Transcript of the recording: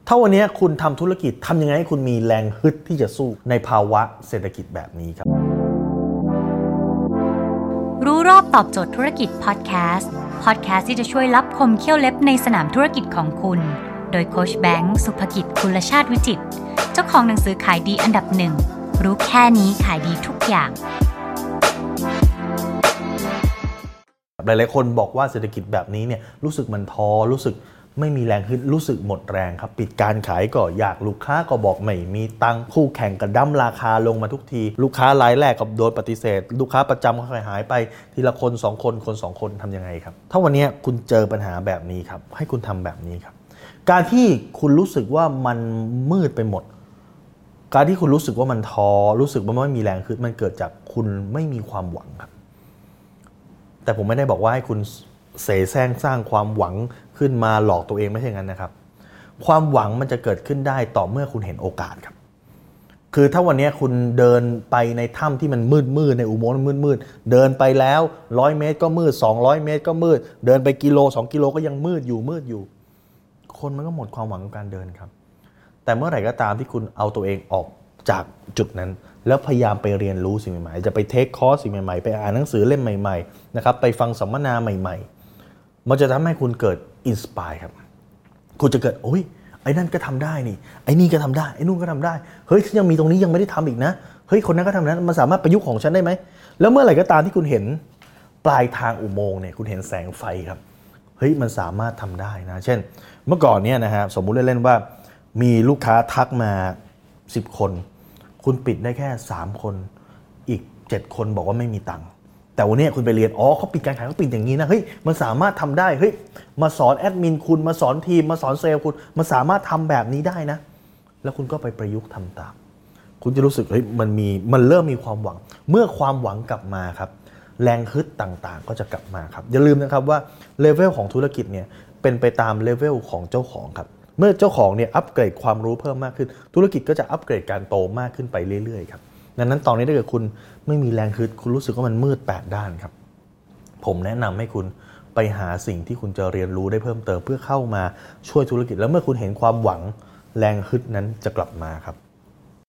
ถ้าวันนี้คุณทำธุรกิจทำยังไงให้คุณมีแรงฮึดที่จะสู้ในภาวะเศรษฐกิจแบบนี้ครับรู้รอบตอบโจทย์ธุรกิจพอดแคสต์ที่จะช่วยลับคมเขี้ยวเล็บในสนามธุรกิจของคุณโดยโค้ชแบงค์สุภกิจกุลชาติวิจิตรเจ้าของหนังสือขายดีอันดับ1รู้แค่นี้ขายดีทุกอย่างหลายๆคนบอกว่าเศรษฐกิจแบบนี้เนี่ยรู้สึกมันท้อรู้สึกไม่มีแรงขึ้นรู้สึกหมดแรงครับปิดการขายก็อยากลูกค้าก็บอกไม่มีตังค์คู่แข่งก็ดั้มราคาลงมาทุกทีลูกค้ารายแรกก็โดนปฏิเสธลูกค้าประจำก็หายไปทีละคน2คนคน2คนทำยังไงครับถ้าวันนี้คุณเจอปัญหาแบบนี้ครับให้คุณทำแบบนี้ครับการที่คุณรู้สึกว่ามันมืดไปหมดการที่คุณรู้สึกว่ามันท้อรู้สึกว่าไม่มีแรงขึ้นมันเกิดจากคุณไม่มีความหวังครับแต่ผมไม่ได้บอกว่าให้คุณเสแสร้งสร้างความหวังขึ้นมาหลอกตัวเองไม่ใช่งั้นนะครับความหวังมันจะเกิดขึ้นได้ต่อเมื่อคุณเห็นโอกาสครับคือถ้าวันนี้คุณเดินไปในถ้ำที่มันมืดในอุโมงค์มืดเดินไปแล้ว100เมตรก็มืด200เมตรก็มืดเดินไปกิโล2กิโลก็ยังมืดอยู่คนมันก็หมดความหวังกับการเดินครับแต่เมื่อไหร่ก็ตามที่คุณเอาตัวเองออกจากจุดนั้นแล้วพยายามไปเรียนรู้สิ่งใหม่ๆจะไปเทคคอร์สสิ่งใหม่ๆไปอ่านหนังสือเล่มใหม่ๆนะครับไปฟังสัมมนาใหม่ๆมันจะทำให้คุณเกิดอินสไปร์ครับคุณจะเกิดโอ้ยไอ้นั่นก็ทำได้นี่ไอ้นี่ก็ทำได้ไอ้นู่นก็ทำได้เฮ้ยยังมีตรงนี้ยังไม่ได้ทำอีกนะเฮ้ยคนนั้นก็ทำนั้นมันสามารถประยุกต์ของฉันได้ไหมแล้วเมื่อไหร่ก็ตามที่คุณเห็นปลายทางอุโมงค์เนี่ยคุณเห็นแสงไฟครับเฮ้ยมันสามารถทำได้นะเช่นเมื่อก่อนเนี่ยนะฮะสมมุติเล่นๆว่ามีลูกค้าทักมา10คนคุณปิดได้แค่3คนอีก7คนบอกว่าไม่มีตังค์แต่วันนี้คุณไปเรียนเขาปิดการขายเขาปิดอย่างนี้นะเฮ้ยมันสามารถทำได้เฮ้ยมาสอนแอดมินคุณมาสอนทีมมาสอนเซลล์คุณมันสามารถทำแบบนี้ได้นะแล้วคุณก็ไปประยุกต์ทำตามคุณจะรู้สึกเฮ้ยมันเริ่มมีความหวังเมื่อความหวังกลับมาครับแรงฮึดต่างๆก็จะกลับมาครับอย่าลืมนะครับว่าเลเวลของธุรกิจเนี่ยเป็นไปตามเลเวลของเจ้าของครับเมื่อเจ้าของเนี่ยอัปเกรดความรู้เพิ่มมากขึ้นธุรกิจก็จะอัปเกรดการโตมากขึ้นไปเรื่อยๆครับดังนั้นตอนนี้ถ้าเกิดคุณไม่มีแรงฮึดคุณรู้สึกว่ามันมืด8ด้านครับผมแนะนำให้คุณไปหาสิ่งที่คุณจะเรียนรู้ได้เพิ่มเติมเพื่อเข้ามาช่วยธุรกิจแล้วเมื่อคุณเห็นความหวังแรงฮึดนั้นจะกลับมาครับ